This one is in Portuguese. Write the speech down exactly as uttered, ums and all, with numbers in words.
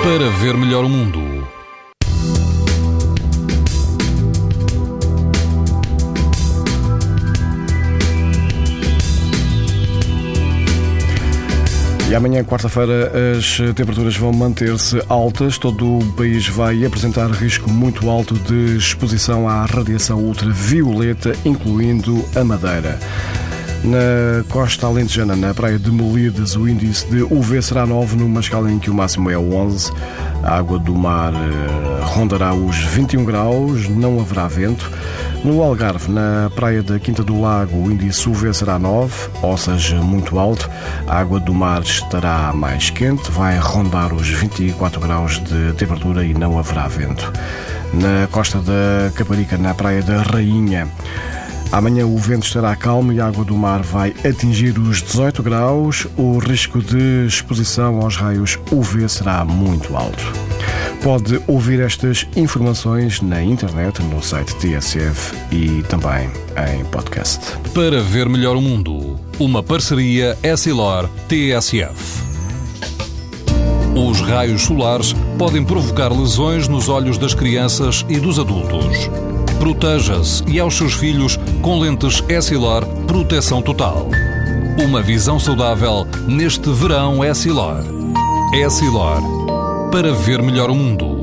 Para ver melhor o mundo. E amanhã, quarta-feira, as temperaturas vão manter-se altas. Todo o país vai apresentar risco muito alto de exposição à radiação ultravioleta, incluindo a Madeira. Na costa alentejana, na praia de Molides, o índice de U V será nove, numa escala em que o máximo é onze. A água do mar rondará os vinte e um graus, não haverá vento. No Algarve, na praia da Quinta do Lago, o índice U V será nove, ou seja, muito alto. A água do mar estará mais quente, vai rondar os vinte e quatro graus de temperatura e não haverá vento. Na costa da Caparica, na praia da Rainha, amanhã o vento estará calmo e a água do mar vai atingir os dezoito graus. O risco de exposição aos raios U V será muito alto. Pode ouvir estas informações na internet, no site T S F e também em podcast. Para ver melhor o mundo, uma parceria Essilor-T S F. Os raios solares podem provocar lesões nos olhos das crianças e dos adultos. Proteja-se e aos seus filhos com lentes Essilor Proteção Total. Uma visão saudável neste verão Essilor. Essilor. Para ver melhor o mundo.